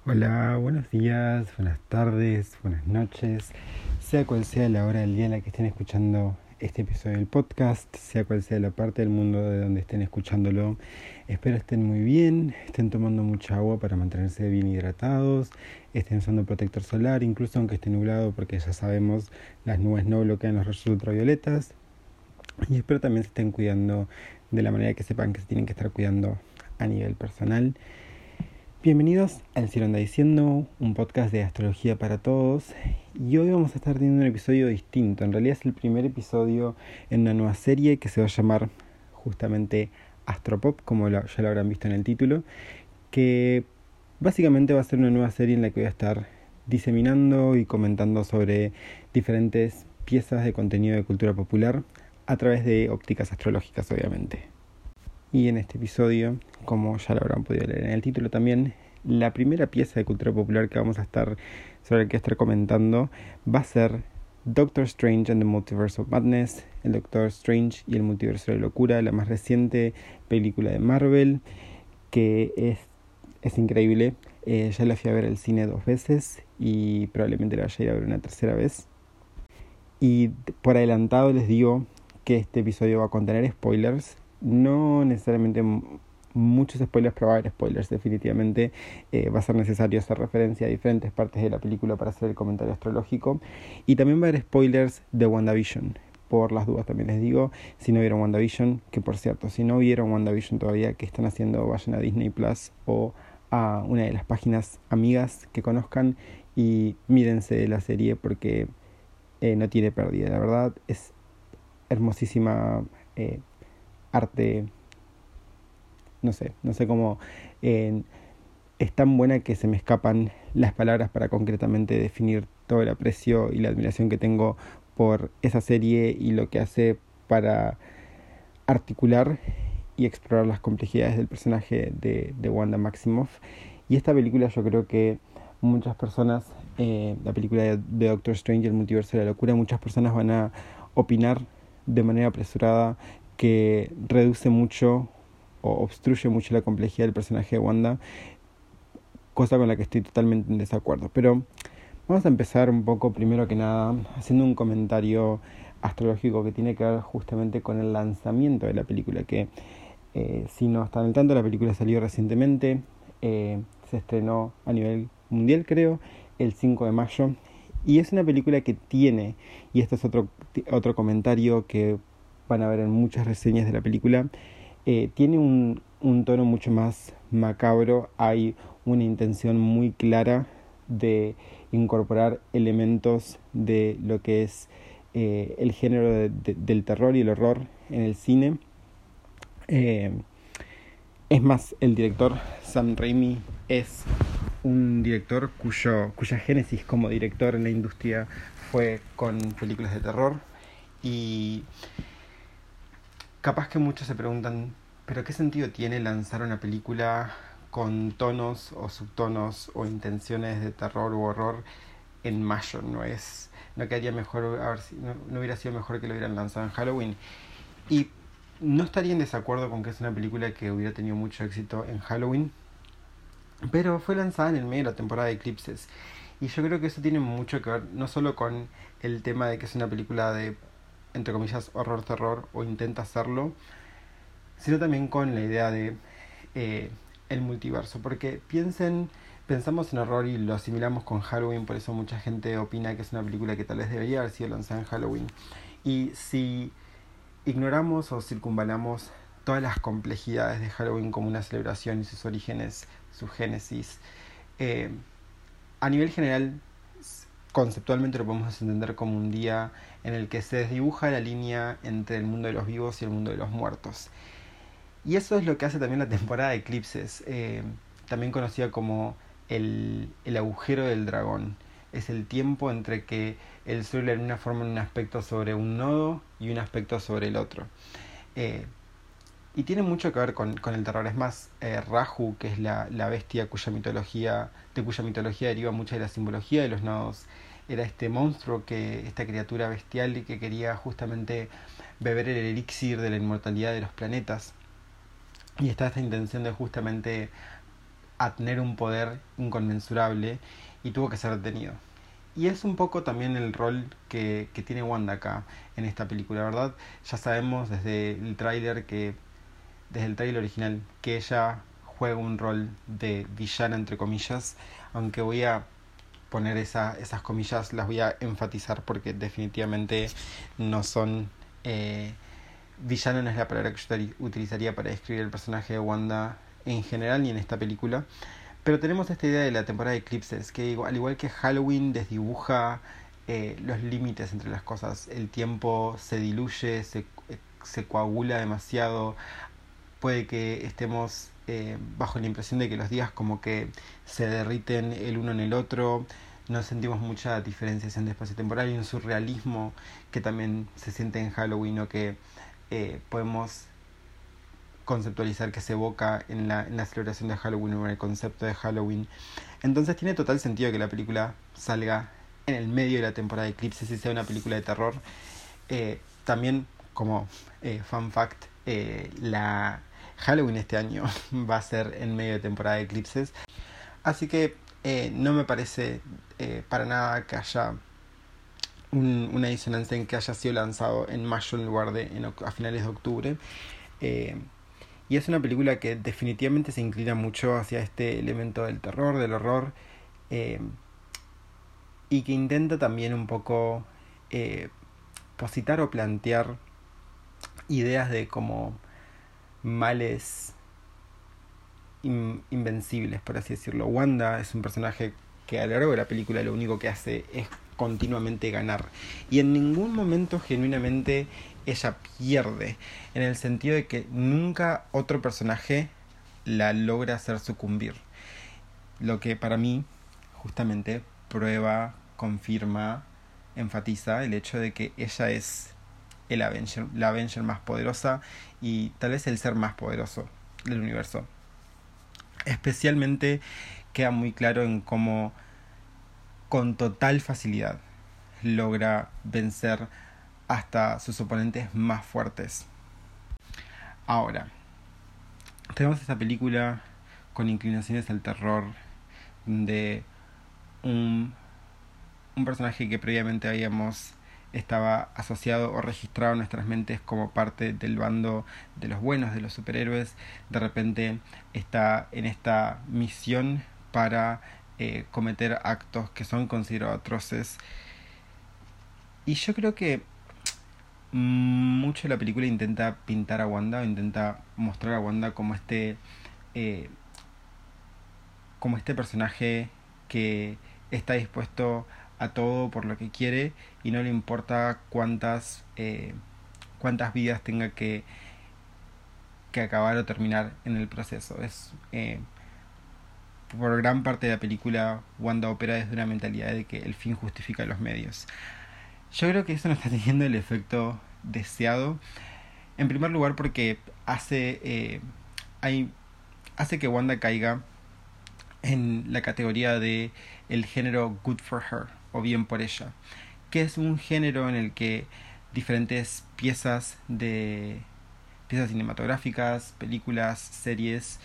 Hola, buenos días, buenas tardes, buenas noches, sea cual sea la hora del día en la que estén escuchando este episodio del podcast, sea cual sea la parte del mundo de donde estén escuchándolo. Espero estén muy bien, estén tomando mucha agua para mantenerse bien hidratados, estén usando protector solar, incluso aunque esté nublado, porque ya sabemos las nubes no bloquean los rayos ultravioletas. Y espero también se estén cuidando de la manera que sepan que se tienen que estar cuidando a nivel personal. Bienvenidos al Cielo Anda Diciendo, un podcast de astrología para todos. Y hoy vamos a estar teniendo un episodio distinto. En realidad es el primer episodio en una nueva serie que se va a llamar justamente Astropop, como ya lo habrán visto en el título, que básicamente va a ser una nueva serie en la que voy a estar diseminando y comentando sobre diferentes piezas de contenido de cultura popular a través de ópticas astrológicas, obviamente. Y en este episodio, como ya lo habrán podido leer en el título también, la primera pieza de cultura popular que vamos a estar, sobre la que estar comentando, va a ser Doctor Strange and the Multiverse of Madness, el Doctor Strange y el Multiverso de la Locura, la más reciente película de Marvel, que es increíble. Ya la fui a ver al cine 2 veces y probablemente la vaya a ir a ver una tercera vez. Y por adelantado les digo que este episodio va a contener spoilers. No necesariamente muchos spoilers, pero va a haber spoilers definitivamente. Va a ser necesario hacer referencia a diferentes partes de la película para hacer el comentario astrológico. Y también va a haber spoilers de WandaVision. Por las dudas también les digo, si no vieron WandaVision, que por cierto, si no vieron WandaVision todavía, ¿qué están haciendo? Vayan a Disney Plus o a una de las páginas amigas que conozcan y mírense la serie porque no tiene pérdida. La verdad es hermosísima arte, no sé cómo, es tan buena que se me escapan las palabras para concretamente definir todo el aprecio y la admiración que tengo por esa serie y lo que hace para articular y explorar las complejidades del personaje de Wanda Maximoff. Y esta película yo creo que muchas personas, la película de Doctor Strange, el multiverso de la locura, muchas personas van a opinar de manera apresurada que reduce mucho o obstruye mucho la complejidad del personaje de Wanda, cosa con la que estoy totalmente en desacuerdo. Pero vamos a empezar un poco, primero que nada, haciendo un comentario astrológico que tiene que ver justamente con el lanzamiento de la película, que si no están al tanto, la película salió recientemente, se estrenó a nivel mundial creo, el 5 de mayo, y es una película que tiene, y esto es otro comentario que van a ver en muchas reseñas de la película, tiene un tono mucho más macabro. Hay una intención muy clara de incorporar elementos de lo que es el género del terror y el horror en el cine. Es más, el director Sam Raimi es un director cuya génesis como director en la industria fue con películas de terror. Y capaz que muchos se preguntan, ¿pero qué sentido tiene lanzar una película con tonos o subtonos o intenciones de terror u horror en mayo? No quedaría mejor, a ver si no hubiera sido mejor que lo hubieran lanzado en Halloween. Y no estaría en desacuerdo con que es una película que hubiera tenido mucho éxito en Halloween, pero fue lanzada en el medio de la temporada de eclipses. Y yo creo que eso tiene mucho que ver no solo con el tema de que es una película de, entre comillas, horror-terror, o intenta hacerlo, sino también con la idea de el multiverso. Porque pensamos en horror y lo asimilamos con Halloween, por eso mucha gente opina que es una película que tal vez debería haber sido lanzada en Halloween. Y si ignoramos o circunvalamos todas las complejidades de Halloween como una celebración y sus orígenes, su génesis, eh, a nivel general, conceptualmente lo podemos entender como un día en el que se desdibuja la línea entre el mundo de los vivos y el mundo de los muertos. Y eso es lo que hace también la temporada de eclipses, también conocida como el agujero del dragón. Es el tiempo entre que el Sol y la Luna forman un aspecto sobre un nodo y un aspecto sobre el otro. Y tiene mucho que ver con el terror. Es más, Rahu, que es la bestia de cuya mitología deriva mucha de la simbología de los nodos, era este monstruo, esta criatura bestial y que quería justamente beber el elixir de la inmortalidad de los planetas. Y está esta intención de justamente a tener un poder inconmensurable y tuvo que ser detenido. Y es un poco también el rol que tiene Wanda acá en esta película, ¿verdad? Ya sabemos desde el tráiler original, que ella juega un rol de villana, entre comillas, aunque voy a poner esas comillas, las voy a enfatizar porque definitivamente no son... villana no es la palabra que yo utilizaría para describir el personaje de Wanda en general ni en esta película. Pero tenemos esta idea de la temporada de eclipses, que al igual que Halloween desdibuja los límites entre las cosas. El tiempo se diluye, se coagula demasiado. Puede que estemos bajo la impresión de que los días como que se derriten el uno en el otro. No sentimos mucha diferenciación de espacio-temporal y un surrealismo que también se siente en Halloween, o que podemos conceptualizar, que se evoca en la celebración de Halloween o en el concepto de Halloween. Entonces tiene total sentido que la película salga en el medio de la temporada de eclipses y sea una película de terror. También como fun fact, la Halloween este año va a ser en medio de temporada de eclipses, así que no me parece para nada que haya una disonancia en que haya sido lanzado en mayo en lugar de a finales de octubre. Y es una película que definitivamente se inclina mucho hacia este elemento del terror, del horror, y que intenta también un poco positar o plantear ideas de como males invencibles, por así decirlo. Wanda es un personaje que a lo largo de la película lo único que hace es continuamente ganar, y en ningún momento genuinamente ella pierde, en el sentido de que nunca otro personaje la logra hacer sucumbir, lo que para mí justamente prueba, confirma, enfatiza el hecho de que ella es la Avenger más poderosa y tal vez el ser más poderoso del universo. Especialmente queda muy claro en cómo con total facilidad logra vencer hasta sus oponentes más fuertes. Ahora, tenemos esta película con inclinaciones al terror de un personaje que previamente estaba asociado o registrado en nuestras mentes como parte del bando de los buenos, de los superhéroes. De repente está en esta misión para cometer actos que son considerados atroces. Y yo creo que mucho la película intenta pintar a Wanda, o intenta mostrar a Wanda como como este personaje que está dispuesto a todo por lo que quiere y no le importa cuántas vidas tenga que acabar o terminar en el proceso. Por gran parte de la película Wanda opera desde una mentalidad de que el fin justifica los medios. Yo creo que eso no está teniendo el efecto deseado. En primer lugar porque hace que Wanda caiga en la categoría de el género good for her, o bien por ella, que es un género en el que diferentes piezas cinematográficas, películas, series,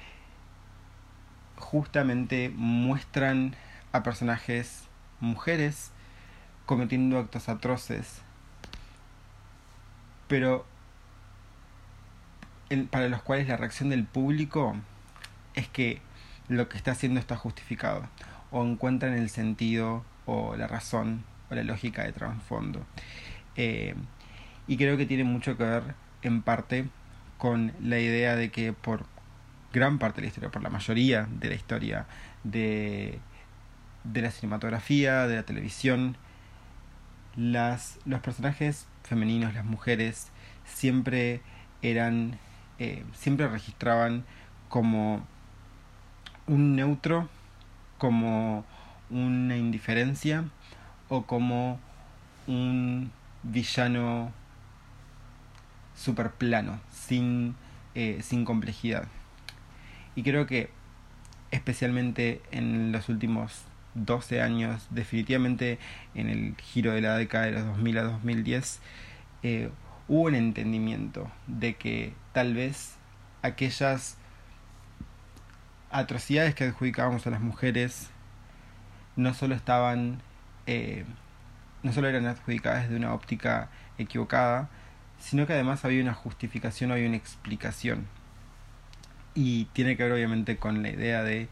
justamente muestran a personajes mujeres cometiendo actos atroces, pero para los cuales la reacción del público es que lo que está haciendo está justificado, o encuentran el sentido o la razón o la lógica de trasfondo. Y creo que tiene mucho que ver en parte con la idea de que por gran parte de la historia, por la mayoría de la historia de la cinematografía, de la televisión, los personajes femeninos, las mujeres, siempre registraban como un neutro, como una indiferencia o como un villano super plano, sin complejidad. Y creo que especialmente en los últimos 12 años, definitivamente en el giro de la década de los 2000 a 2010, hubo un entendimiento de que tal vez aquellas atrocidades que adjudicábamos a las mujeres no solo estaban, no solo eran adjudicadas desde una óptica equivocada, sino que además había una justificación, había una explicación. Y tiene que ver obviamente con la idea de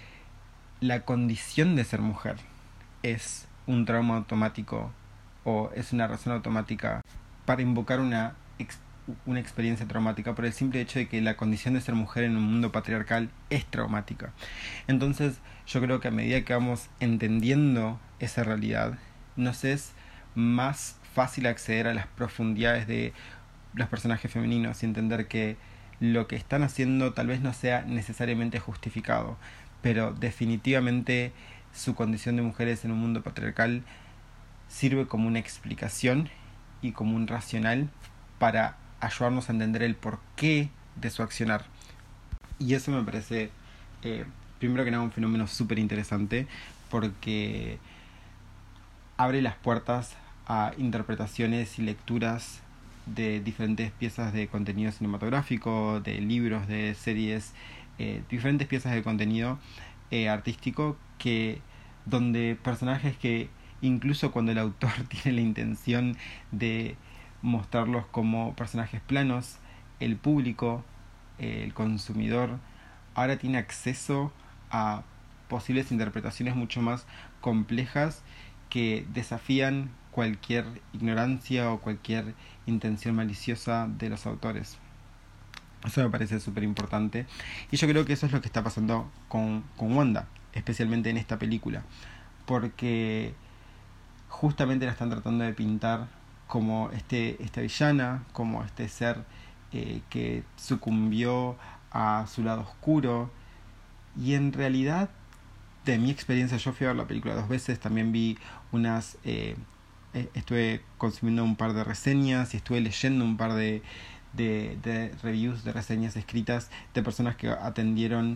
la condición de ser mujer. Es un trauma automático o es una razón automática para invocar una experiencia traumática por el simple hecho de que la condición de ser mujer en un mundo patriarcal es traumática. Entonces yo creo que a medida que vamos entendiendo esa realidad, nos es más fácil acceder a las profundidades de los personajes femeninos y entender que lo que están haciendo tal vez no sea necesariamente justificado, pero definitivamente su condición de mujeres en un mundo patriarcal sirve como una explicación y como un racional para ayudarnos a entender el porqué de su accionar. Y eso me parece, primero que nada, un fenómeno súper interesante porque abre las puertas a interpretaciones y lecturas de diferentes piezas de contenido cinematográfico, de libros, de series, diferentes piezas de contenido artístico que donde personajes que incluso cuando el autor tiene la intención de mostrarlos como personajes planos, el público, el consumidor, ahora tiene acceso a posibles interpretaciones mucho más complejas que desafían cualquier ignorancia o cualquier intención maliciosa de los autores. Eso me parece súper importante. Y yo creo que eso es lo que está pasando con Wanda, especialmente en esta película. Porque justamente la están tratando de pintar como esta villana, como este ser que sucumbió a su lado oscuro. Y en realidad, de mi experiencia, yo fui a ver la película 2 veces, también vi unas... estuve consumiendo un par de reseñas y estuve leyendo un par de reviews, de reseñas escritas de personas que atendieron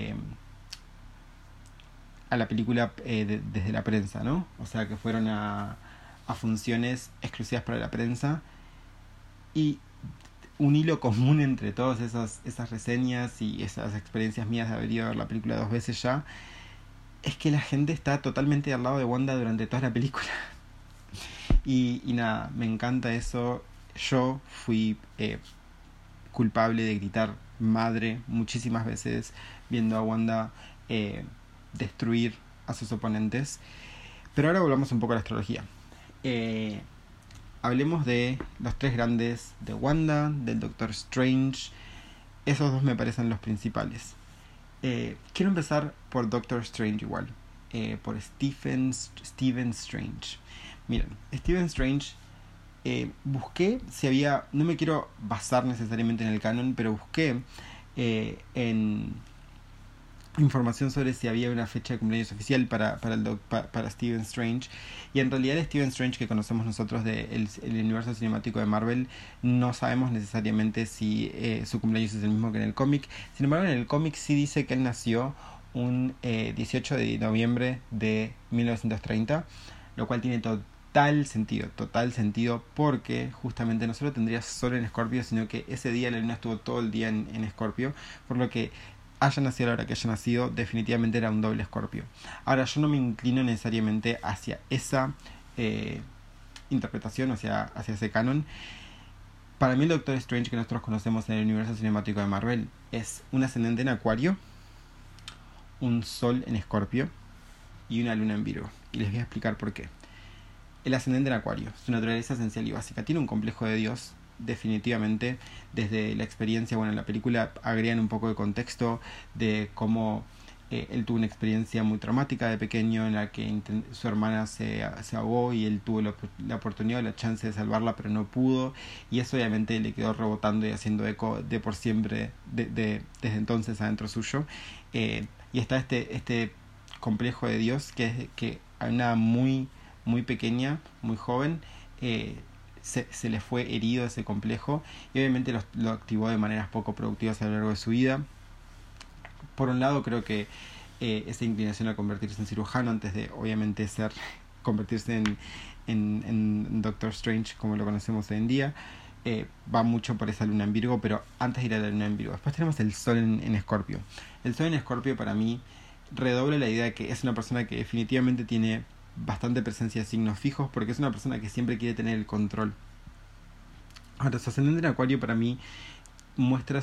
a la película desde la prensa, ¿no? O sea, que fueron a funciones exclusivas para la prensa. Y un hilo común entre todas esas reseñas y esas experiencias mías de haber ido a ver la película 2 veces ya, es que la gente está totalmente al lado de Wanda durante toda la película. Y nada, me encanta eso. Yo fui culpable de gritar madre muchísimas veces viendo a Wanda destruir a sus oponentes. Pero ahora volvamos un poco a la astrología. Hablemos de los tres grandes, de Wanda, del Doctor Strange. Esos dos me parecen los principales. Quiero empezar por Doctor Strange igual. Por Stephen Strange. Miren, Stephen Strange, busqué si había, no me quiero basar necesariamente en el canon, pero busqué en información sobre si había una fecha de cumpleaños oficial para Stephen Strange, y en realidad el Stephen Strange que conocemos nosotros del universo cinemático de Marvel no sabemos necesariamente si su cumpleaños es el mismo que en el cómic. Sin embargo, en el cómic sí dice que él nació un 18 de noviembre de 1930, lo cual tiene total sentido, porque justamente no solo tendría sol en Escorpio, sino que ese día la luna estuvo todo el día en Escorpio, por lo que haya nacido a la hora que haya nacido, definitivamente era un doble Escorpio. Ahora, yo no me inclino necesariamente hacia esa interpretación, hacia ese canon. Para mí el Doctor Strange que nosotros conocemos en el universo cinemático de Marvel es un ascendente en Acuario, un sol en Escorpio y una luna en Virgo. Y les voy a explicar por qué. El ascendente en Acuario, su naturaleza esencial y básica, tiene un complejo de Dios, definitivamente. Desde la experiencia, bueno, en la película agregan un poco de contexto de cómo él tuvo una experiencia muy traumática de pequeño en la que su hermana se ahogó y él tuvo la oportunidad, la chance de salvarla, pero no pudo, y eso obviamente le quedó rebotando y haciendo eco de por siempre desde entonces adentro suyo. Y está este complejo de Dios que a una muy pequeña, muy joven, se le fue herido ese complejo, y obviamente lo activó de maneras poco productivas a lo largo de su vida. Por un lado, creo que esa inclinación a convertirse en cirujano antes de obviamente convertirse en Doctor Strange como lo conocemos hoy en día, va mucho por esa luna en Virgo, pero antes de ir a la luna en Virgo. Después tenemos el Sol en Escorpio. El Sol en Escorpio para mí redobla la idea de que es una persona que definitivamente tiene bastante presencia de signos fijos, porque es una persona que siempre quiere tener el control. Ahora, su ascendente en Acuario para mí muestra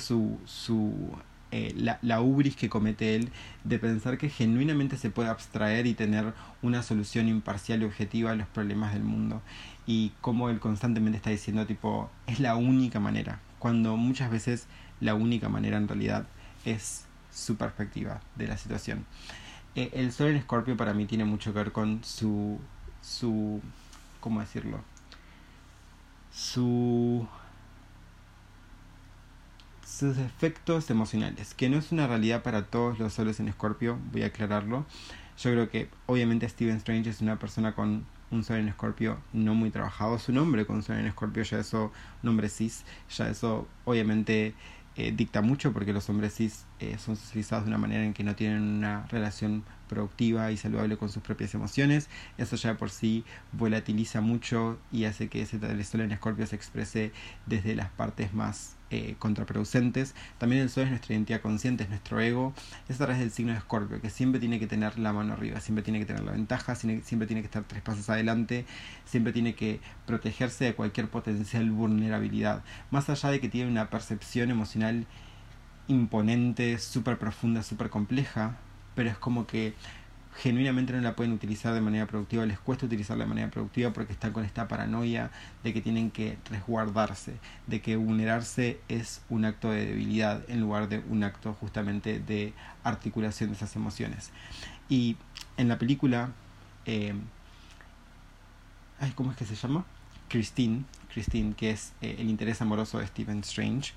la ubris que comete él de pensar que genuinamente se puede abstraer y tener una solución imparcial y objetiva a los problemas del mundo, y como él constantemente está diciendo tipo es la única manera, cuando muchas veces la única manera en realidad es su perspectiva de la situación. El Sol en Escorpio para mí tiene mucho que ver con su ¿cómo decirlo? sus efectos emocionales, que no es una realidad para todos los soles en Escorpio, voy a aclararlo. Yo creo que obviamente Stephen Strange es una persona con un sol en Escorpio no muy trabajado. Su nombre con sol en Escorpio, ya eso, nombre cis, ya eso obviamente dicta mucho, porque los hombres cis son socializados de una manera en que no tienen una relación productiva y saludable con sus propias emociones. Eso ya por sí volatiliza mucho y hace que ese sol en Escorpio se exprese desde las partes más contraproducentes. También el sol es nuestra identidad consciente, es nuestro ego. Es a través del signo de Escorpio, que siempre tiene que tener la mano arriba, siempre tiene que tener la ventaja, siempre tiene que estar 3 pasos adelante, siempre tiene que protegerse de cualquier potencial vulnerabilidad. Más allá de que tiene una percepción emocional imponente, súper profunda, súper compleja, pero es como que genuinamente no la pueden utilizar de manera productiva, les cuesta utilizarla de manera productiva porque están con esta paranoia de que tienen que resguardarse, de que vulnerarse es un acto de debilidad en lugar de un acto justamente de articulación de esas emociones. Y en la película, ¿cómo es que se llama? Christine, que es el interés amoroso de Stephen Strange,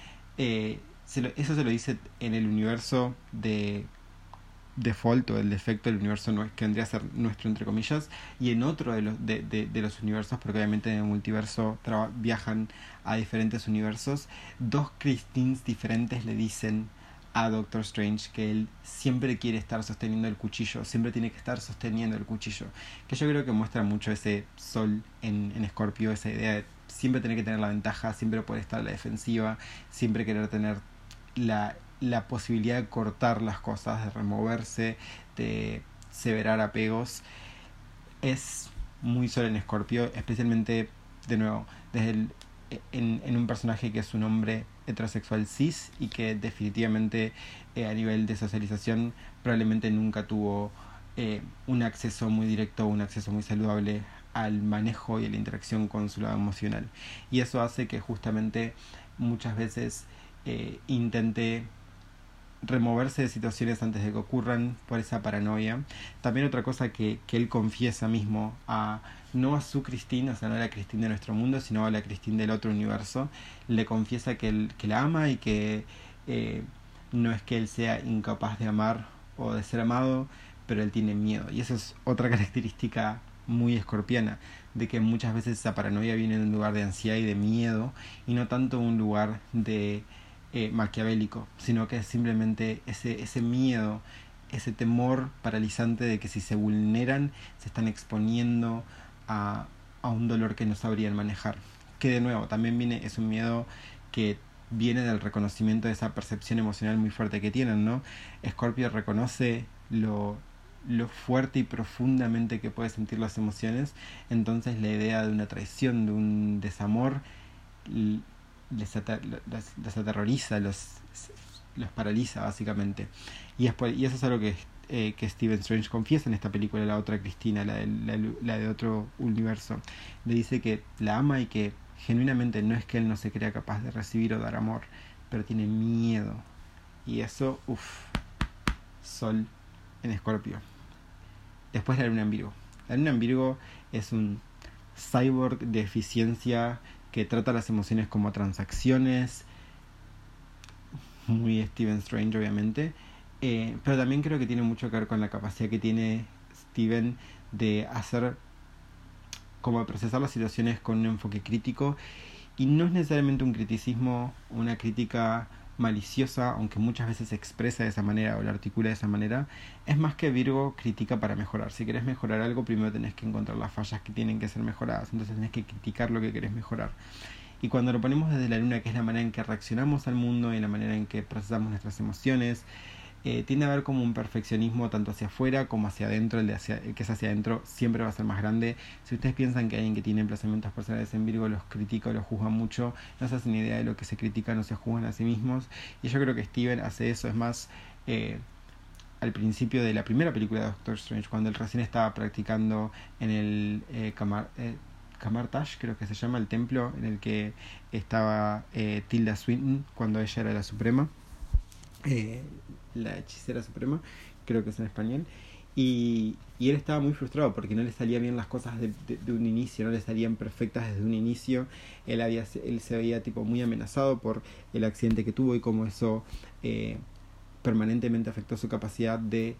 eso se lo dice en el universo de default o el defecto del universo que vendría a ser nuestro, entre comillas, y en otro de los universos, porque obviamente en el multiverso viajan a diferentes universos. 2 Christines diferentes le dicen a Doctor Strange que él siempre quiere estar sosteniendo el cuchillo, siempre tiene que estar sosteniendo el cuchillo, que yo creo que muestra mucho ese sol en Escorpio, esa idea de siempre tener que tener la ventaja, siempre poder estar a la defensiva, siempre querer tener la posibilidad de cortar las cosas, de removerse, de severar apegos. Es muy sol en Escorpio, especialmente, de nuevo, en un personaje que es un hombre heterosexual cis y que definitivamente a nivel de socialización probablemente nunca tuvo un acceso muy directo, un acceso muy saludable al manejo y a la interacción con su lado emocional, y eso hace que justamente muchas veces intente removerse de situaciones antes de que ocurran por esa paranoia. También otra cosa que él confiesa mismo, no a su Christine, o sea, no a la Christine de nuestro mundo, sino a la Christine del otro universo, le confiesa que la ama y que no es que él sea incapaz de amar o de ser amado, pero él tiene miedo. Y eso es otra característica muy escorpiana, de que muchas veces esa paranoia viene de un lugar de ansiedad y de miedo, y no tanto un lugar de maquiavélico, sino que es simplemente ese miedo, ese temor paralizante de que si se vulneran se están exponiendo a un dolor que no sabrían manejar, que de nuevo también es un miedo que viene del reconocimiento de esa percepción emocional muy fuerte que tienen, ¿no? Scorpio reconoce lo fuerte y profundamente que puede sentir las emociones, entonces la idea de una traición, de un desamor, les aterroriza, los paraliza básicamente. Y eso es algo que Stephen Strange confiesa en esta película. La otra Cristina, la de otro universo, le dice que la ama y que genuinamente no es que él no se crea capaz de recibir o dar amor, pero tiene miedo. Y eso, sol en Escorpio. Después la luna en Virgo. La luna en Virgo es un cyborg de eficiencia que trata las emociones como transacciones, muy Stephen Strange obviamente, pero también creo que tiene mucho que ver con la capacidad que tiene Steven de hacer, como de procesar las situaciones con un enfoque crítico, y no es necesariamente un criticismo, una crítica maliciosa, aunque muchas veces se expresa de esa manera o la articula de esa manera. Es más que Virgo critica para mejorar. Si querés mejorar algo, primero tenés que encontrar las fallas que tienen que ser mejoradas, entonces tenés que criticar lo que querés mejorar. Y cuando lo ponemos desde la luna, que es la manera en que reaccionamos al mundo y la manera en que procesamos nuestras emociones, tiende a haber como un perfeccionismo tanto hacia afuera como hacia adentro. El que es hacia adentro siempre va a ser más grande. Si ustedes piensan que alguien que tiene emplazamientos personales en Virgo los critica o los juzga mucho, no se hacen ni idea de lo que se critican o se juzgan a sí mismos. Y yo creo que Steven hace eso. Es más, al principio de la primera película de Doctor Strange, cuando él recién estaba practicando en el Camartage, creo que se llama, el templo en el que estaba Tilda Swinton cuando ella era la Suprema, la hechicera suprema, creo que es en español. Y él estaba muy frustrado porque no le salían bien las cosas de un inicio, no le salían perfectas desde un inicio. Él se veía tipo muy amenazado por el accidente que tuvo y cómo eso permanentemente afectó su capacidad de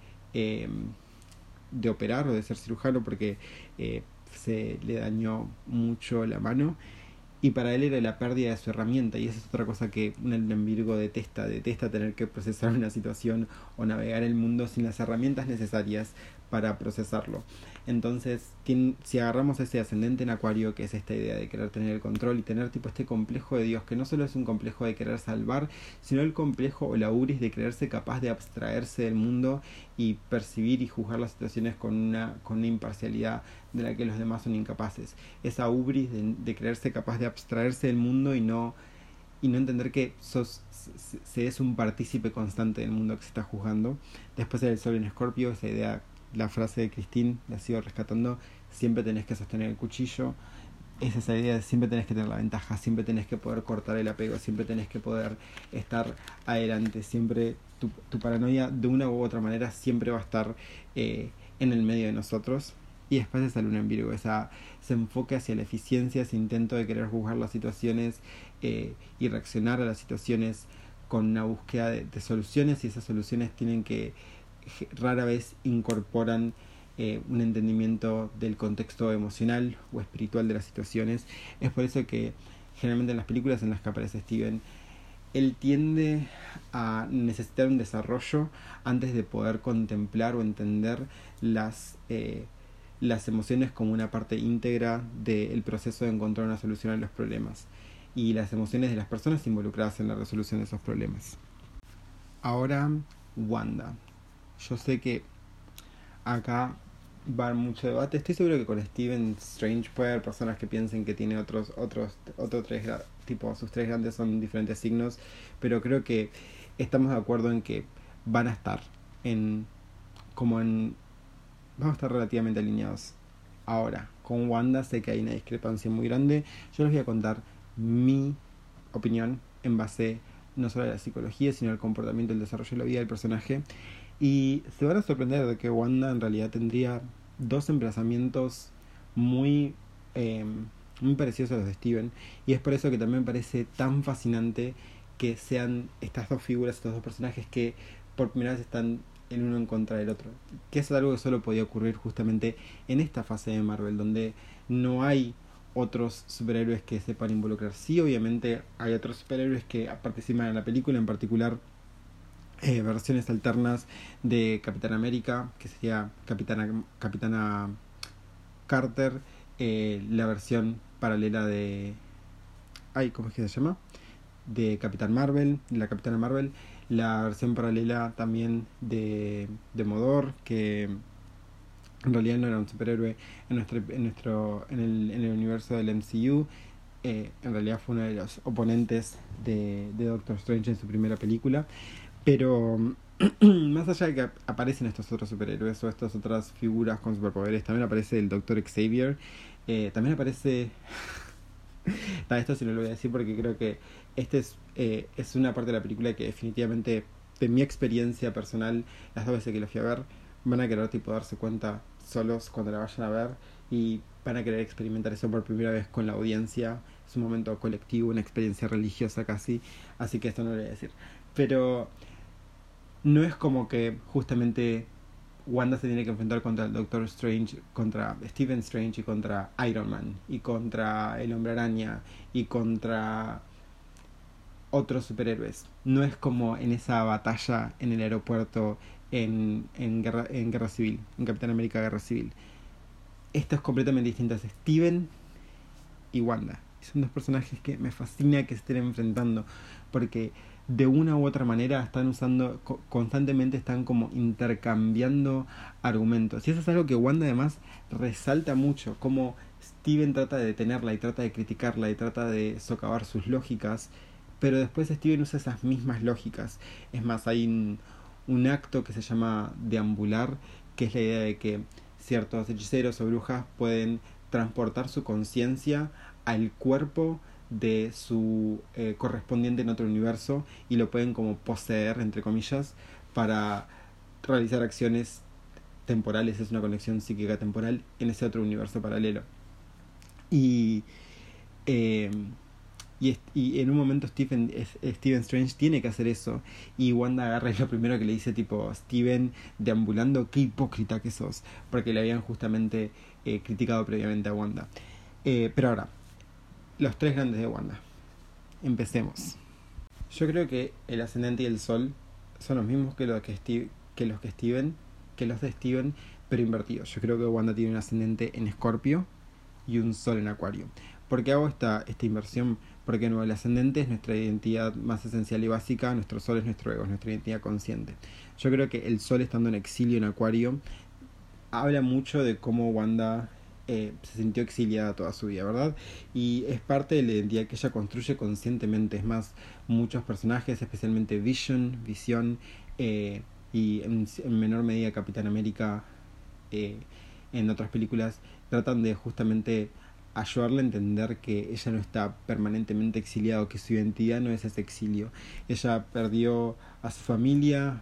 operar o de ser cirujano, porque se le dañó mucho la mano. Y para él era la pérdida de su herramienta, y esa es otra cosa que un en Virgo detesta tener que procesar una situación o navegar el mundo sin las herramientas necesarias para procesarlo. Entonces, si agarramos ese ascendente en Acuario, que es esta idea de querer tener el control y tener tipo este complejo de Dios, que no solo es un complejo de querer salvar, sino el complejo o la ubris de creerse capaz de abstraerse del mundo y percibir y juzgar las situaciones con una imparcialidad de la que los demás son incapaces. Esa ubris de creerse capaz de abstraerse del mundo y no entender que se es un partícipe constante del mundo que se está juzgando. Después del Sol en Escorpio, esa idea, la frase de Christine, la sigo rescatando: siempre tenés que sostener el cuchillo. Es esa idea de siempre tenés que tener la ventaja, siempre tenés que poder cortar el apego, siempre tenés que poder estar adelante, siempre tu paranoia de una u otra manera siempre va a estar en el medio de nosotros. Y después esa luna en Virgo, ese enfoque hacia la eficiencia, ese intento de querer juzgar las situaciones y reaccionar a las situaciones con una búsqueda de soluciones, y esas soluciones tienen que rara vez incorporan un entendimiento del contexto emocional o espiritual de las situaciones. Es por eso que generalmente en las películas en las que aparece Steven, él tiende a necesitar un desarrollo antes de poder contemplar o entender las emociones como una parte íntegra del proceso de encontrar una solución a los problemas, y las emociones de las personas involucradas en la resolución de esos problemas. Ahora, Wanda. Yo sé que acá va a haber mucho debate. Estoy seguro que con Stephen Strange puede haber personas que piensen que tiene otros tres, tipo sus tres grandes son diferentes signos, pero creo que estamos de acuerdo en que van a estar vamos a estar relativamente alineados. Ahora, con Wanda sé que hay una discrepancia muy grande. Yo les voy a contar mi opinión en base no solo a la psicología, sino al comportamiento, el desarrollo de la vida del personaje. Y se van a sorprender de que Wanda en realidad tendría dos emplazamientos muy parecidos a los de Steven. Y es por eso que también me parece tan fascinante que sean estas dos figuras, estos dos personajes que por primera vez están el uno en contra del otro. Que es algo que solo podía ocurrir justamente en esta fase de Marvel, donde no hay otros superhéroes que sepan involucrar. Sí, obviamente hay otros superhéroes que participan en la película, en particular versiones alternas de Capitán América, que sería Capitana Carter, la versión paralela de... ¿cómo es que se llama? De Capitán Marvel, la Capitana Marvel, la versión paralela también de Modor, que en realidad no era un superhéroe en el universo del MCU. En realidad fue uno de los oponentes de Doctor Strange en su primera película. Pero más allá de que aparecen estos otros superhéroes o estas otras figuras con superpoderes, también aparece el Dr. Xavier. También aparece... esto sí no lo voy a decir porque creo que es una parte de la película que definitivamente, de mi experiencia personal, las dos veces que la fui a ver, van a querer tipo darse cuenta solos cuando la vayan a ver, y van a querer experimentar eso por primera vez con la audiencia. Es un momento colectivo, una experiencia religiosa casi, así que esto no lo voy a decir. Pero no es como que justamente Wanda se tiene que enfrentar contra el Doctor Strange, contra Stephen Strange, y contra Iron Man, y contra el Hombre Araña, y contra otros superhéroes. No es como en esa batalla en el aeropuerto en Guerra Civil, en Capitán América Guerra Civil. Esto es completamente distinto. Es Steven y Wanda. Son dos personajes que me fascina que se estén enfrentando, porque de una u otra manera están usando, constantemente están como intercambiando argumentos. Y eso es algo que Wanda además resalta mucho, como Steven trata de detenerla y trata de criticarla y trata de socavar sus lógicas, pero después Steven usa esas mismas lógicas. Es más, hay un acto que se llama deambular, que es la idea de que ciertos hechiceros o brujas pueden transportar su conciencia al cuerpo de su correspondiente en otro universo y lo pueden como poseer, entre comillas, para realizar acciones temporales. Es una conexión psíquica temporal en ese otro universo paralelo. Y y en un momento Stephen Strange tiene que hacer eso, y Wanda agarra y lo primero que le dice, tipo, Steven, deambulando, qué hipócrita que sos, porque le habían justamente criticado previamente a Wanda. Pero ahora, los tres grandes de Wanda. Empecemos. Yo creo que el ascendente y el sol son los mismos que los de Steven, pero invertidos. Yo creo que Wanda tiene un ascendente en Escorpio y un sol en Acuario. ¿Por qué hago esta inversión? Porque el ascendente es nuestra identidad más esencial y básica, nuestro sol es nuestro ego, es nuestra identidad consciente. Yo creo que el sol estando en exilio en Acuario habla mucho de cómo Wanda se sintió exiliada toda su vida, ¿verdad? Y es parte de la identidad que ella construye conscientemente. Es más, muchos personajes, especialmente Visión, y en menor medida Capitán América, en otras películas, tratan de justamente ayudarle a entender que ella no está permanentemente exiliada, que su identidad no es ese exilio. Ella perdió a su familia,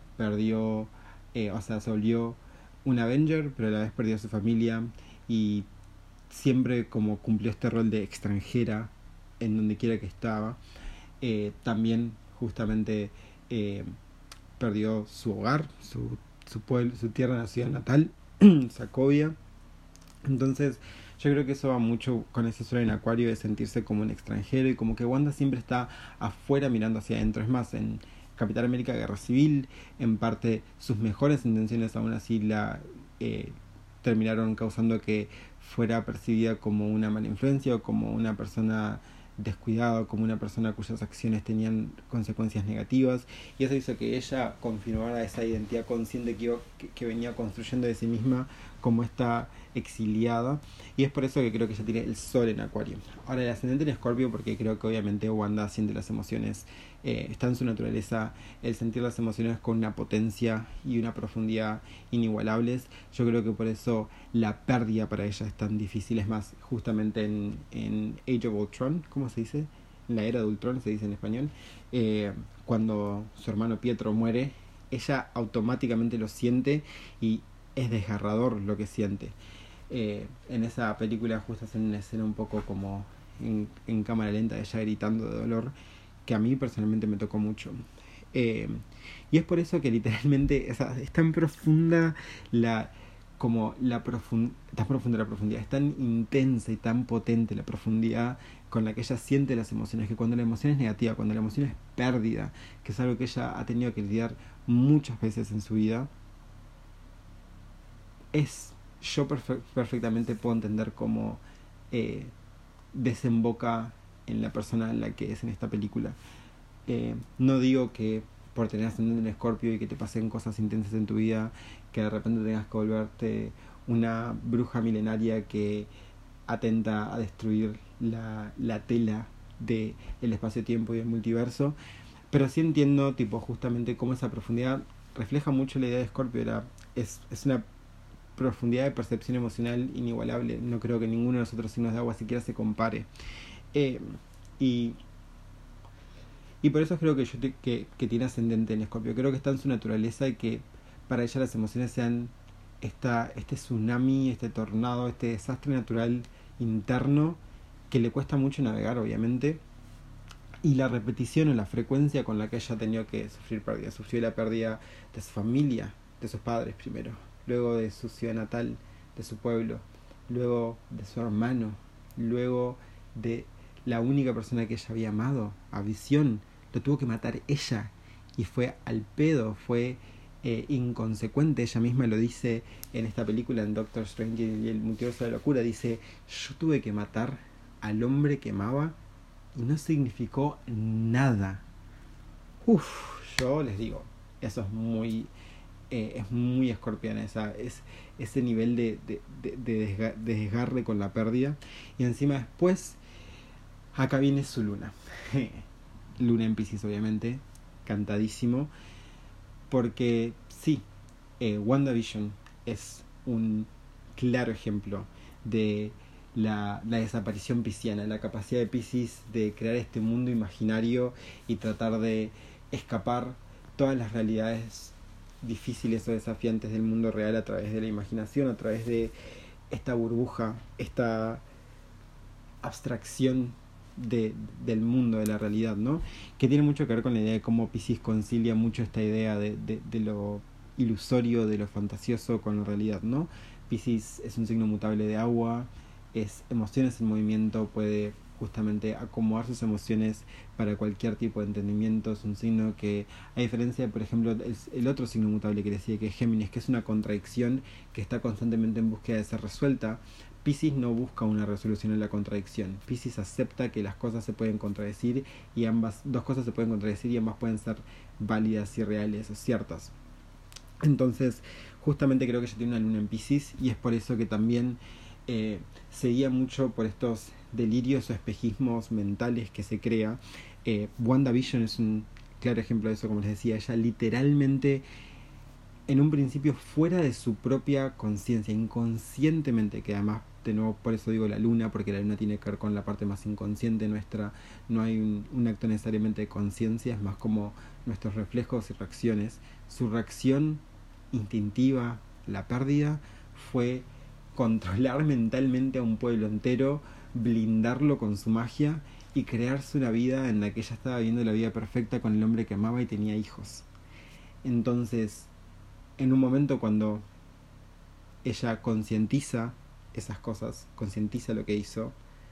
se volvió un Avenger, pero a la vez perdió a su familia, y siempre como cumplió este rol de extranjera en donde quiera que estaba. También justamente perdió su hogar, su pueblo, su tierra, nacido natal, Sokovia. Entonces yo creo que eso va mucho con ese sol en Acuario, de sentirse como un extranjero, y como que Wanda siempre está afuera mirando hacia adentro. Es más, en Capitán América Guerra Civil, en parte sus mejores intenciones aún así terminaron causando que fuera percibida como una mala influencia, o como una persona descuidada, como una persona cuyas acciones tenían consecuencias negativas, y eso hizo que ella confirmara esa identidad consciente que venía construyendo de sí misma como esta exiliada. Y es por eso que creo que ella tiene el sol en Acuario. Ahora, el ascendente en Escorpio, porque creo que obviamente Wanda siente las emociones, está en su naturaleza el sentir las emociones con una potencia y una profundidad inigualables. Yo creo que por eso la pérdida para ella es tan difícil. Es más, justamente en Age of Ultron, ¿cómo se dice? En la era de Ultron se dice en español, cuando su hermano Pietro muere, ella automáticamente lo siente, y es desgarrador lo que siente. En esa película justo hacen una escena un poco como en cámara lenta, ella gritando de dolor, que a mí personalmente me tocó mucho. Y es por eso que literalmente es tan profunda tan profunda la profundidad, es tan intensa y tan potente la profundidad con la que ella siente las emociones, que cuando la emoción es negativa, cuando la emoción es pérdida, que es algo que ella ha tenido que lidiar muchas veces en su vida, yo perfectamente puedo entender cómo desemboca en la persona en la que es en esta película. No digo que por tener ascendente en Escorpio y que te pasen cosas intensas en tu vida, que de repente tengas que volverte una bruja milenaria que atenta a destruir la tela del espacio-tiempo y el multiverso, pero sí entiendo justamente cómo esa profundidad refleja mucho la idea de Escorpio. Es una profundidad de percepción emocional inigualable. No creo que ninguno de los otros signos de agua siquiera se compare. Y por eso creo que tiene ascendente en Escorpio. Creo que está en su naturaleza, y que para ella las emociones sean este tsunami, este tornado, este desastre natural interno que le cuesta mucho navegar, obviamente. Y la repetición o la frecuencia con la que ella ha tenido que sufrir pérdida. Sufrió la pérdida de su familia, de sus padres primero, luego de su ciudad natal, de su pueblo, luego de su hermano, luego de la única persona que ella había amado, a Visión. Lo tuvo que matar ella, y fue al pedo, fue inconsecuente. Ella misma lo dice en esta película, en Doctor Strange y el multiverso de la locura. Dice: yo tuve que matar al hombre que amaba y no significó nada. Yo les digo, eso es muy escorpiana, ese nivel de desgarre con la pérdida. Y encima después, acá viene su luna. Luna en Piscis, obviamente, cantadísimo, porque sí, WandaVision es un claro ejemplo de la desaparición pisciana, la capacidad de Piscis de crear este mundo imaginario y tratar de escapar todas las realidades difíciles o desafiantes del mundo real a través de la imaginación, a través de esta burbuja, esta abstracción del mundo, de la realidad, ¿no? Que tiene mucho que ver con la idea de cómo Piscis concilia mucho esta idea de lo ilusorio, de lo fantasioso con la realidad, ¿no? Piscis es un signo mutable de agua, es emociones en movimiento, puede justamente acomodar sus emociones para cualquier tipo de entendimiento. Es un signo que, a diferencia, por ejemplo, el otro signo mutable que decía, que es Géminis, que es una contradicción que está constantemente en búsqueda de ser resuelta, Piscis no busca una resolución en la contradicción. Piscis acepta que las cosas se pueden contradecir y dos cosas se pueden contradecir y ambas pueden ser válidas y reales o ciertas. Entonces, justamente creo que ella tiene una luna en Piscis y es por eso que también se guía mucho por estos delirios o espejismos mentales que se crea. WandaVision es un claro ejemplo de eso, como les decía. Ella literalmente, en un principio, fuera de su propia conciencia, inconscientemente, que además, de nuevo, por eso digo la luna, porque la luna tiene que ver con la parte más inconsciente nuestra. No hay un acto necesariamente de conciencia, es más como nuestros reflejos y reacciones. Su reacción instintiva, la pérdida, fue controlar mentalmente a un pueblo entero, blindarlo con su magia y crearse una vida en la que ella estaba viviendo la vida perfecta con el hombre que amaba y tenía hijos. Entonces, en un momento cuando ella concientiza esas cosas, concientiza lo que hizo,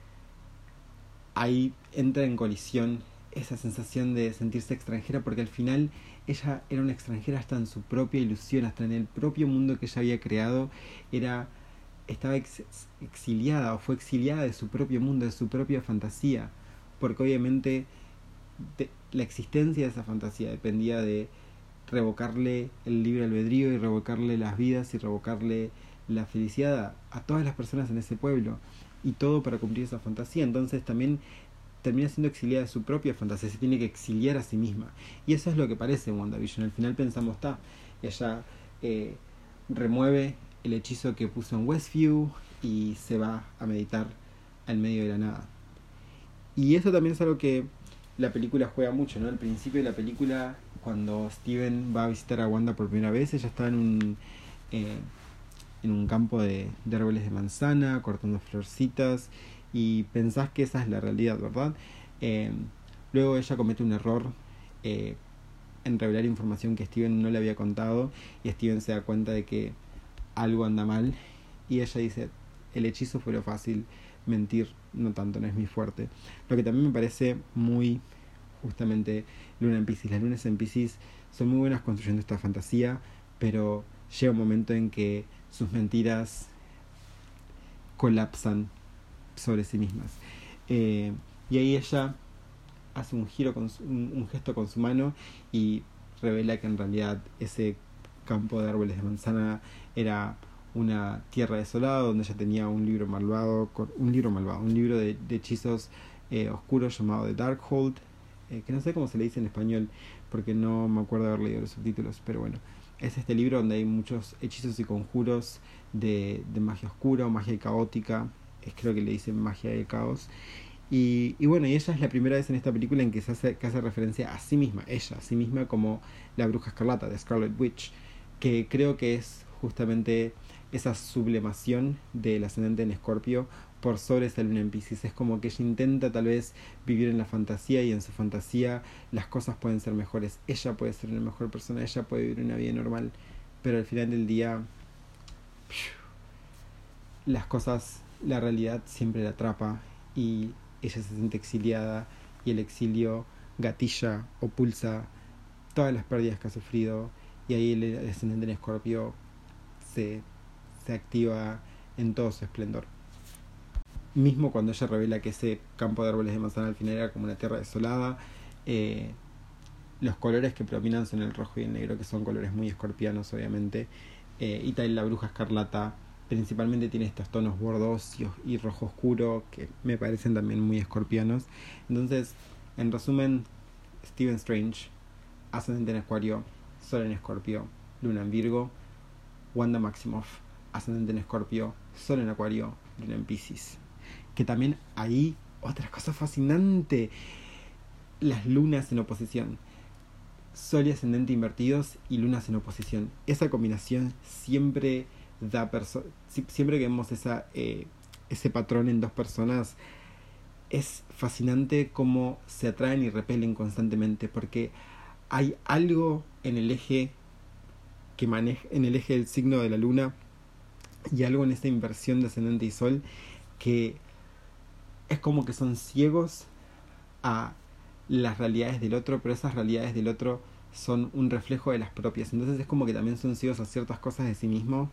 ahí entra en colisión esa sensación de sentirse extranjera, porque al final ella era una extranjera hasta en su propia ilusión, hasta en el propio mundo que ella había creado. Estaba exiliada o fue exiliada de su propio mundo, de su propia fantasía, porque obviamente la existencia de esa fantasía dependía de revocarle el libre albedrío y revocarle las vidas y revocarle la felicidad a todas las personas en ese pueblo, y todo para cumplir esa fantasía. Entonces también termina siendo exiliada de su propia fantasía, se tiene que exiliar a sí misma, y eso es lo que parece en WandaVision. Al final pensamos, ella remueve el hechizo que puso en Westview y se va a meditar al medio de la nada. Y eso también es algo que la película juega mucho, ¿no? Al principio de la película, cuando Steven va a visitar a Wanda por primera vez, ella está en un campo de árboles de manzana, cortando florcitas, y pensás que esa es la realidad, ¿verdad? Luego ella comete un error en revelar información que Steven no le había contado, y Steven se da cuenta de que algo anda mal, y ella dice, el hechizo fue lo fácil, mentir no tanto, no es mi fuerte. Lo que también me parece muy, justamente, luna en Piscis. Las lunas en Piscis son muy buenas construyendo esta fantasía, pero llega un momento en que sus mentiras colapsan sobre sí mismas. Y ahí ella hace un gesto con su mano y revela que en realidad ese campo de árboles de manzana era una tierra desolada donde ella tenía un libro de hechizos oscuros llamado The Darkhold, que no sé cómo se le dice en español porque no me acuerdo de haber leído los subtítulos, pero bueno, es este libro donde hay muchos hechizos y conjuros de magia oscura o magia caótica. Creo que le dicen magia del caos. Y bueno, y ella es la primera vez en esta película en que hace referencia a sí misma, como la bruja escarlata, de Scarlet Witch, que creo que es justamente esa sublimación del ascendente en Escorpio por sobre esa luna en Piscis. Es como que ella intenta tal vez vivir en la fantasía, y en su fantasía las cosas pueden ser mejores. Ella puede ser una mejor persona, ella puede vivir una vida normal, pero al final del día las cosas, la realidad siempre la atrapa y ella se siente exiliada, y el exilio gatilla o pulsa todas las pérdidas que ha sufrido, y ahí el ascendente en Escorpio se activa en todo su esplendor. mismo cuando ella revela que ese campo de árboles de manzana al final era como una tierra desolada, los colores que predominan son el rojo y el negro, que son colores muy escorpianos obviamente, y tal la bruja escarlata principalmente tiene estos tonos bordos y rojo oscuro que me parecen también muy escorpianos. Entonces, en resumen, Stephen Strange, ascendente en Acuario, Sol en Escorpio, Luna en Virgo. Wanda Maximoff, ascendente en Escorpio, Sol en Acuario, Luna en Piscis. Que también ahí, otra cosa fascinante, las lunas en oposición. Sol y ascendente invertidos y lunas en oposición. Esa combinación siempre siempre que vemos ese patrón en dos personas, es fascinante cómo se atraen y repelen constantemente, porque hay algo en el eje en el eje del signo de la luna y algo en esta inversión de ascendente y sol que es como que son ciegos a las realidades del otro, pero esas realidades del otro son un reflejo de las propias. Entonces es como que también son ciegos a ciertas cosas de sí mismos.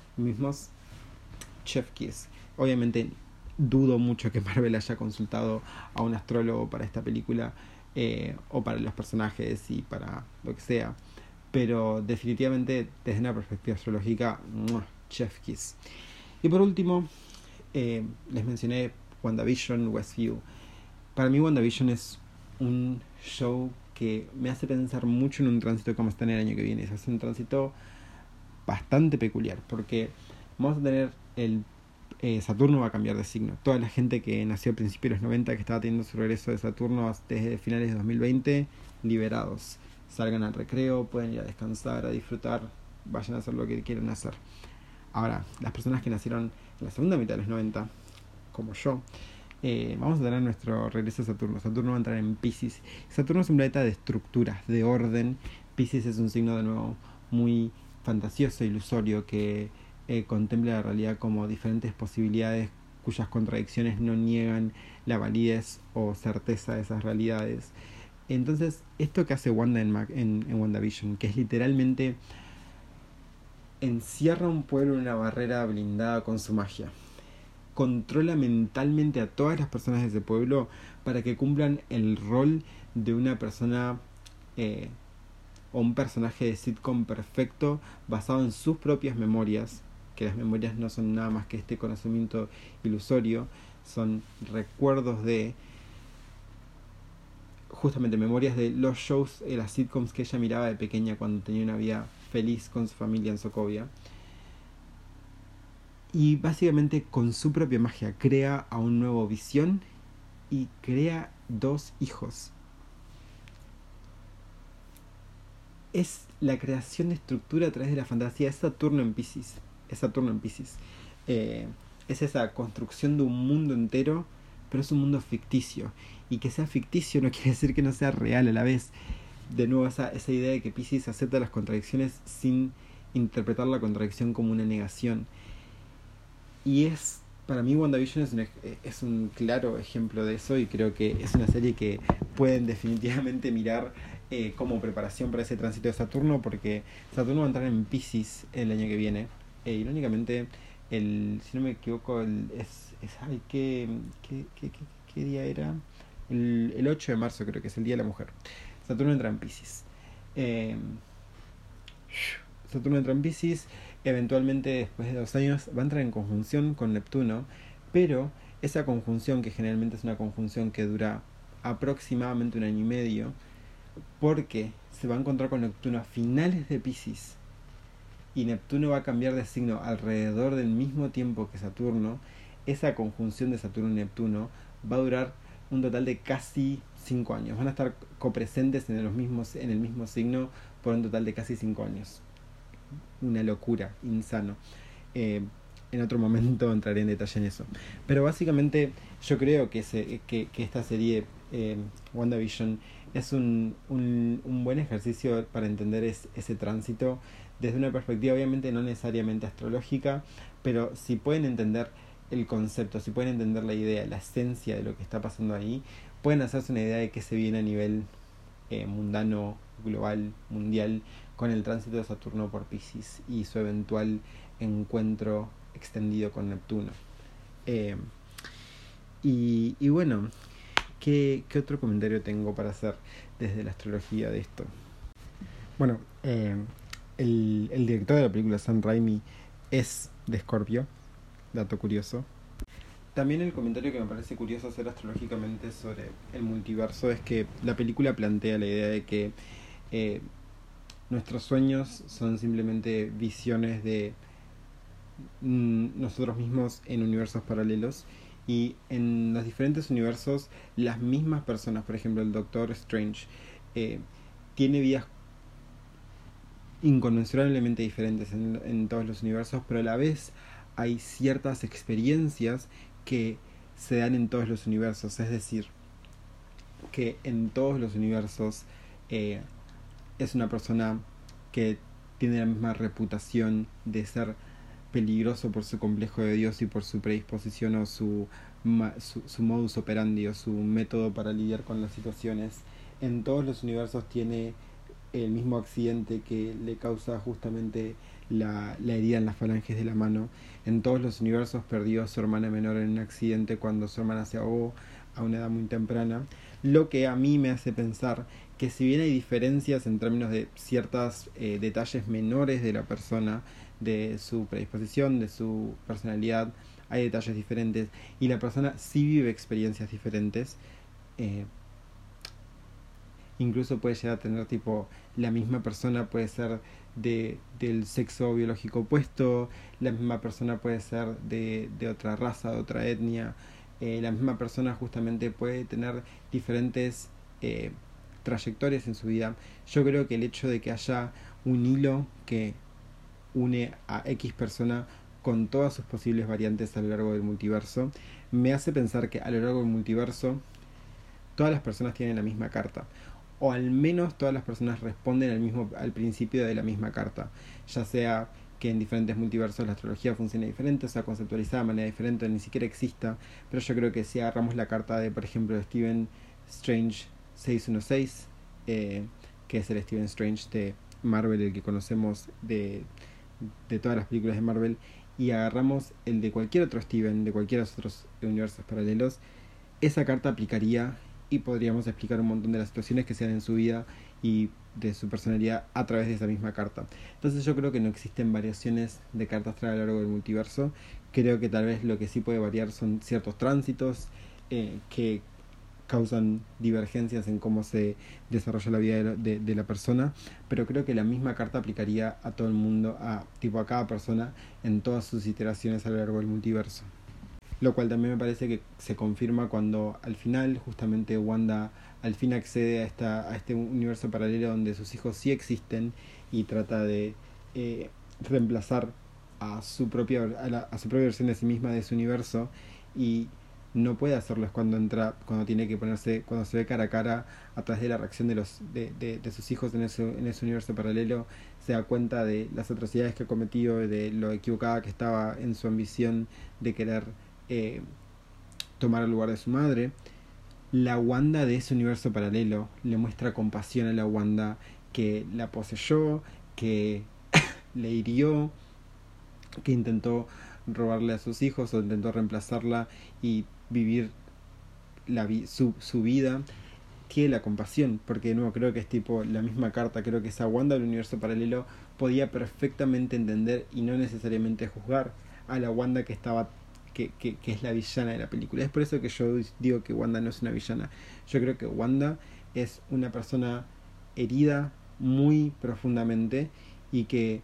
Chef Kiss. Obviamente dudo mucho que Marvel haya consultado a un astrólogo para esta película, o para los personajes y para lo que sea, pero definitivamente desde una perspectiva astrológica, Chef Kiss. Y por último, les mencioné WandaVision, Westview. Para mí WandaVision es un show que me hace pensar mucho en un tránsito como está en el año que viene. Es un tránsito bastante peculiar, porque vamos a tener Saturno va a cambiar de signo. Toda la gente que nació a principios de los 90, que estaba teniendo su regreso de Saturno desde finales de 2020, liberados. Salgan al recreo, pueden ir a descansar, a disfrutar, vayan a hacer lo que quieran hacer. Ahora, las personas que nacieron en la segunda mitad de los 90, como yo, vamos a tener nuestro regreso a Saturno. Saturno va a entrar en Piscis. Saturno es un planeta de estructuras, de orden. Piscis es un signo de nuevo muy fantasioso, ilusorio, que contempla la realidad como diferentes posibilidades cuyas contradicciones no niegan la validez o certeza de esas realidades. Entonces, esto que hace Wanda en WandaVision, que es literalmente encierra un pueblo en una barrera blindada con su magia, controla mentalmente a todas las personas de ese pueblo para que cumplan el rol de una persona o un personaje de sitcom perfecto basado en sus propias memorias, que las memorias no son nada más que este conocimiento ilusorio, son recuerdos de justamente memorias de los shows, las sitcoms que ella miraba de pequeña cuando tenía una vida feliz con su familia en Sokovia. Y básicamente con su propia magia crea a un nuevo Visión y crea 2 hijos. Es la creación de estructura a través de la fantasía. Es Saturno en Piscis. Es esa construcción de un mundo entero, pero es un mundo ficticio. Y que sea ficticio no quiere decir que no sea real a la vez. De nuevo esa idea de que Piscis acepta las contradicciones sin interpretar la contradicción como una negación. Y para mí WandaVision es un claro ejemplo de eso, y creo que es una serie que pueden definitivamente mirar como preparación para ese tránsito de Saturno, porque Saturno va a entrar en Piscis el año que viene. Irónicamente, si no me equivoco, ¿qué día era? El 8 de marzo creo que es el Día de la Mujer. Saturno entra en Piscis. Eventualmente después de 2 años va a entrar en conjunción con Neptuno, pero esa conjunción, que generalmente es una conjunción que dura aproximadamente 1 año y medio, porque se va a encontrar con Neptuno a finales de Piscis, y Neptuno va a cambiar de signo alrededor del mismo tiempo que Saturno. Esa conjunción de Saturno y Neptuno va a durar un total de casi 5 años. Van a estar copresentes en el mismo signo por un total de casi 5 años. Una locura, insano. En otro momento entraré en detalle en eso. Pero básicamente yo creo que esta serie, WandaVision, es un buen ejercicio para entender ese tránsito desde una perspectiva obviamente no necesariamente astrológica, pero si pueden entender el concepto, si pueden entender la idea, la esencia de lo que está pasando ahí, pueden hacerse una idea de qué se viene a nivel mundano, global, mundial, con el tránsito de Saturno por Piscis y su eventual encuentro extendido con Neptuno. Y bueno, ¿qué otro comentario tengo para hacer desde la astrología de esto? Bueno, el director de la película, Sam Raimi, es de Escorpio, dato curioso. También el comentario que me parece curioso hacer astrológicamente sobre el multiverso es que la película plantea la idea de que nuestros sueños son simplemente visiones de nosotros mismos en universos paralelos, y en los diferentes universos las mismas personas, por ejemplo el Doctor Strange, tiene vidas inconmensurablemente diferentes en todos los universos, pero a la vez hay ciertas experiencias que se dan en todos los universos. Es decir, que en todos los universos es una persona que tiene la misma reputación de ser peligroso por su complejo de Dios y por su predisposición o su modus operandi o su método para lidiar con las situaciones. En todos los universos tiene el mismo accidente que le causa justamente la herida en las falanges de la mano. En todos los universos perdió a su hermana menor en un accidente cuando su hermana se ahogó a una edad muy temprana. Lo que a mí me hace pensar que si bien hay diferencias en términos de ciertos detalles menores de la persona, de su predisposición, de su personalidad, hay detalles diferentes y la persona sí vive experiencias diferentes. Incluso puede llegar a tener tipo, la misma persona puede ser del sexo biológico opuesto, la misma persona puede ser de otra raza, de otra etnia, la misma persona justamente puede tener diferentes trayectorias en su vida. Yo creo que el hecho de que haya un hilo que une a X persona con todas sus posibles variantes a lo largo del multiverso me hace pensar que a lo largo del multiverso todas las personas tienen la misma carta, o al menos todas las personas responden al principio de la misma carta, ya sea que en diferentes multiversos la astrología funcione diferente, o sea, conceptualizada de manera diferente, o ni siquiera exista. Pero yo creo que si agarramos la carta de, por ejemplo, de Stephen Strange 616, que es el Stephen Strange de Marvel, el que conocemos de todas las películas de Marvel, y agarramos el de cualquier otro Steven, de cualquiera de los otros universos paralelos, esa carta aplicaría y podríamos explicar un montón de las situaciones que se dan en su vida y de su personalidad a través de esa misma carta. Entonces yo creo que no existen variaciones de carta astral a lo largo del multiverso. Creo que tal vez lo que sí puede variar son ciertos tránsitos que causan divergencias en cómo se desarrolla la vida de la persona, pero creo que la misma carta aplicaría a todo el mundo, a cada persona en todas sus iteraciones a lo largo del multiverso. Lo cual también me parece que se confirma cuando al final justamente Wanda al fin accede a este universo paralelo donde sus hijos sí existen y trata de reemplazar a su propia versión de sí misma de su universo, y no puede hacerlo. Es cuando tiene que ponerse, cuando se ve cara a cara a través de la reacción de sus hijos en ese universo paralelo, se da cuenta de las atrocidades que ha cometido, de lo equivocada que estaba en su ambición de querer tomar el lugar de su madre. La Wanda de ese universo paralelo le muestra compasión a la Wanda que la poseyó, que le hirió, que intentó robarle a sus hijos o intentó reemplazarla y vivir su vida. Tiene la compasión, porque de nuevo creo que es tipo la misma carta. Creo que esa Wanda del universo paralelo podía perfectamente entender y no necesariamente juzgar a la Wanda que es la villana de la película. Es por eso que yo digo que Wanda no es una villana. Yo creo que Wanda es una persona herida muy profundamente y que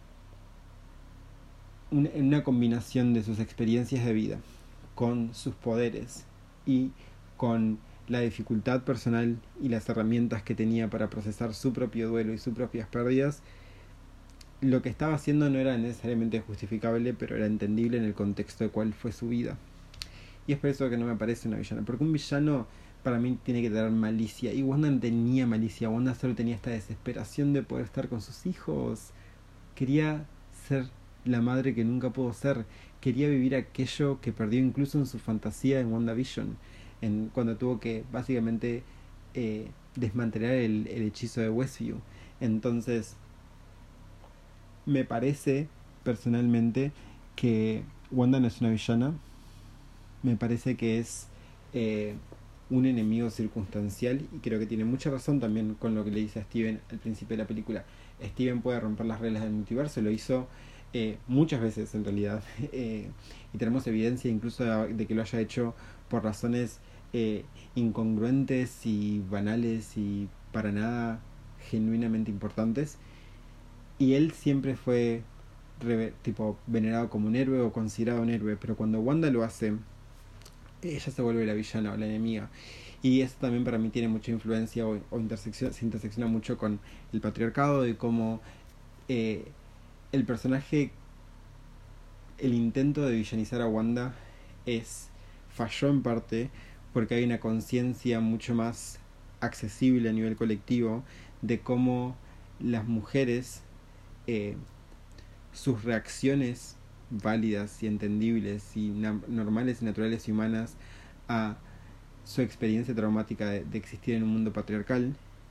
en una combinación de sus experiencias de vida con sus poderes y con la dificultad personal y las herramientas que tenía para procesar su propio duelo y sus propias pérdidas, lo que estaba haciendo no era necesariamente justificable, pero era entendible en el contexto de cuál fue su vida. Y es por eso que no me parece una villana, porque un villano para mí tiene que tener malicia, y Wanda no tenía malicia. Wanda solo tenía esta desesperación de poder estar con sus hijos. Quería ser la madre que nunca pudo ser. Quería vivir aquello que perdió incluso en su fantasía en WandaVision, cuando tuvo que básicamente desmantelar el hechizo de Westview. Entonces me parece personalmente que Wanda no es una villana. Me parece que es eh, un enemigo circunstancial, y creo que tiene mucha razón también con lo que le dice a Steven al principio de la película. Steven puede romper las reglas del multiverso, lo hizo muchas veces en realidad, y tenemos evidencia incluso de que lo haya hecho por razones incongruentes y banales y para nada genuinamente importantes, y él siempre fue tipo venerado como un héroe o considerado un héroe, pero cuando Wanda lo hace, ella se vuelve la villana o la enemiga. Y eso también para mí tiene mucha influencia se intersecciona mucho con el patriarcado, de cómo el personaje, el intento de villanizar a Wanda falló en parte porque hay una conciencia mucho más accesible a nivel colectivo de cómo las mujeres, eh, sus reacciones válidas y entendibles y normales y naturales y humanas a su experiencia traumática de existir en un mundo patriarcal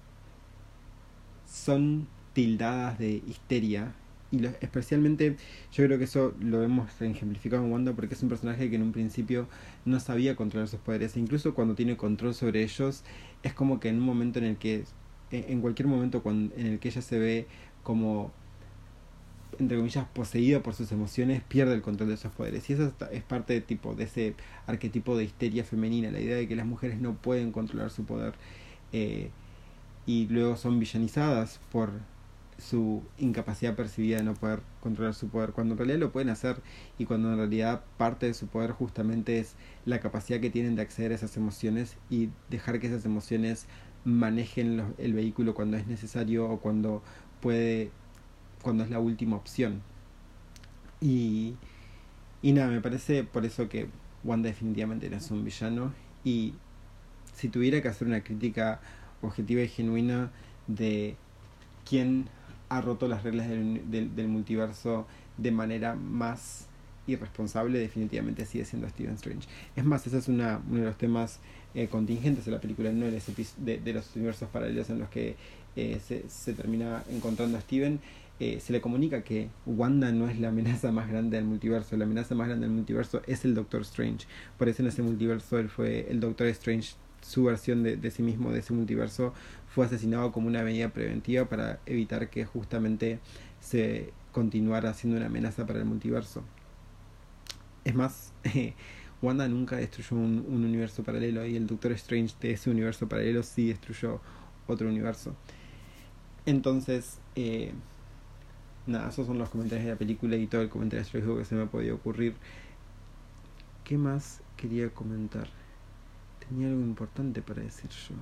son tildadas de histeria. Y especialmente yo creo que eso lo hemos ejemplificado en Wanda porque es un personaje que en un principio no sabía controlar sus poderes, e incluso cuando tiene control sobre ellos es como que en un momento en el que en cualquier momento en el que ella se ve como, entre comillas, poseída por sus emociones, pierde el control de esos poderes. Y eso es parte de ese arquetipo de histeria femenina, la idea de que las mujeres no pueden controlar su poder, eh, y luego son villanizadas por su incapacidad percibida de no poder controlar su poder, cuando en realidad lo pueden hacer, y cuando en realidad parte de su poder justamente es la capacidad que tienen de acceder a esas emociones y dejar que esas emociones manejen el vehículo cuando es necesario o cuando es la última opción. Y, y nada, me parece por eso que Wanda definitivamente no es un villano. Y si tuviera que hacer una crítica objetiva y genuina de quién ha roto las reglas del multiverso de manera más irresponsable, definitivamente sigue siendo Stephen Strange. Es más, ese es uno de los temas contingentes de la película, no de los universos paralelos en los que se termina encontrando a Steven. Se le comunica que Wanda no es la amenaza más grande del multiverso. La amenaza más grande del multiverso es el Doctor Strange. Por eso en ese multiverso él fue el Doctor Strange. Su versión de sí mismo, de ese multiverso, fue asesinado como una medida preventiva para evitar que justamente se continuara siendo una amenaza para el multiverso. Es más, Wanda nunca destruyó un universo paralelo, y el Doctor Strange de ese universo paralelo sí destruyó otro universo. Entonces, nada, esos son los comentarios de la película y todo el comentario astrológico que se me ha podido ocurrir. ¿Qué más quería comentar? Tenía algo importante para decir yo.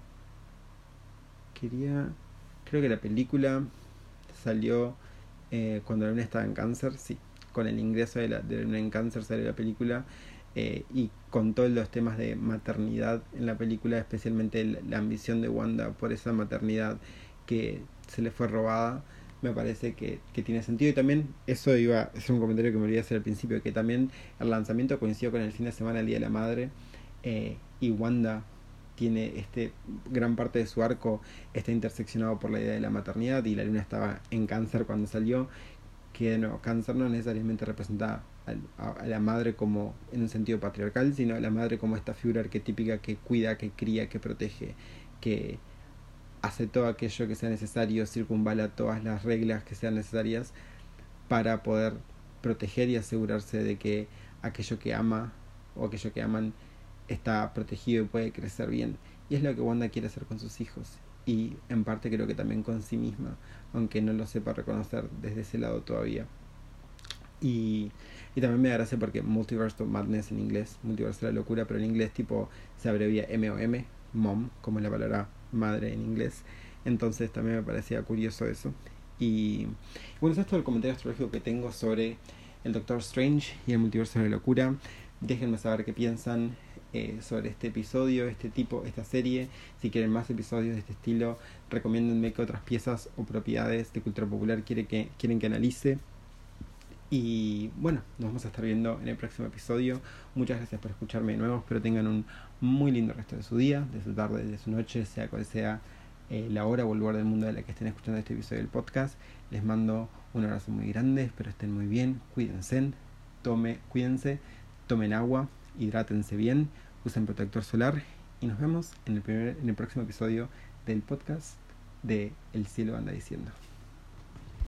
Creo que la película salió cuando la luna estaba en cáncer, sí. Con el ingreso de la luna en cáncer salió la película, y con todos los temas de maternidad en la película, especialmente la ambición de Wanda por esa maternidad que se le fue robada. Me parece que tiene sentido. Y también eso iba a ser un comentario que me olvidé hacer al principio, que también el lanzamiento coincidió con el fin de semana, el Día de la Madre, y Wanda tiene gran parte de su arco está interseccionado por la idea de la maternidad, y la luna estaba en cáncer cuando salió, que no, cáncer no necesariamente representa a la madre como en un sentido patriarcal, sino a la madre como esta figura arquetípica que cuida, que cría, que protege, que hace todo aquello que sea necesario, circunvala todas las reglas que sean necesarias para poder proteger y asegurarse de que aquello que ama o aquello que aman está protegido y puede crecer bien. Y es lo que Wanda quiere hacer con sus hijos, y en parte creo que también con sí misma, aunque no lo sepa reconocer desde ese lado todavía. Y también me da gracia porque Multiverse of Madness en inglés, Multiverso de la Locura, pero en inglés tipo se abrevia MOM, mom, como es la palabra madre en inglés. Entonces también me parecía curioso eso. Y bueno, eso es todo el comentario astrológico que tengo sobre el Doctor Strange y el Multiverso de la Locura. Déjenme saber qué piensan sobre este episodio, esta serie. Si quieren más episodios de este estilo, recomiéndenme qué otras piezas o propiedades de cultura popular quieren que analice. Y bueno, nos vamos a estar viendo en el próximo episodio. Muchas gracias por escucharme de nuevo. Espero tengan un muy lindo resto de su día, de su tarde, de su noche, sea cual sea la hora o el lugar del mundo de la que estén escuchando este episodio del podcast. Les mando un abrazo muy grande, espero estén muy bien, cuídense, tomen agua, hidrátense bien, usen protector solar y nos vemos en el próximo episodio del podcast de El cielo anda diciendo.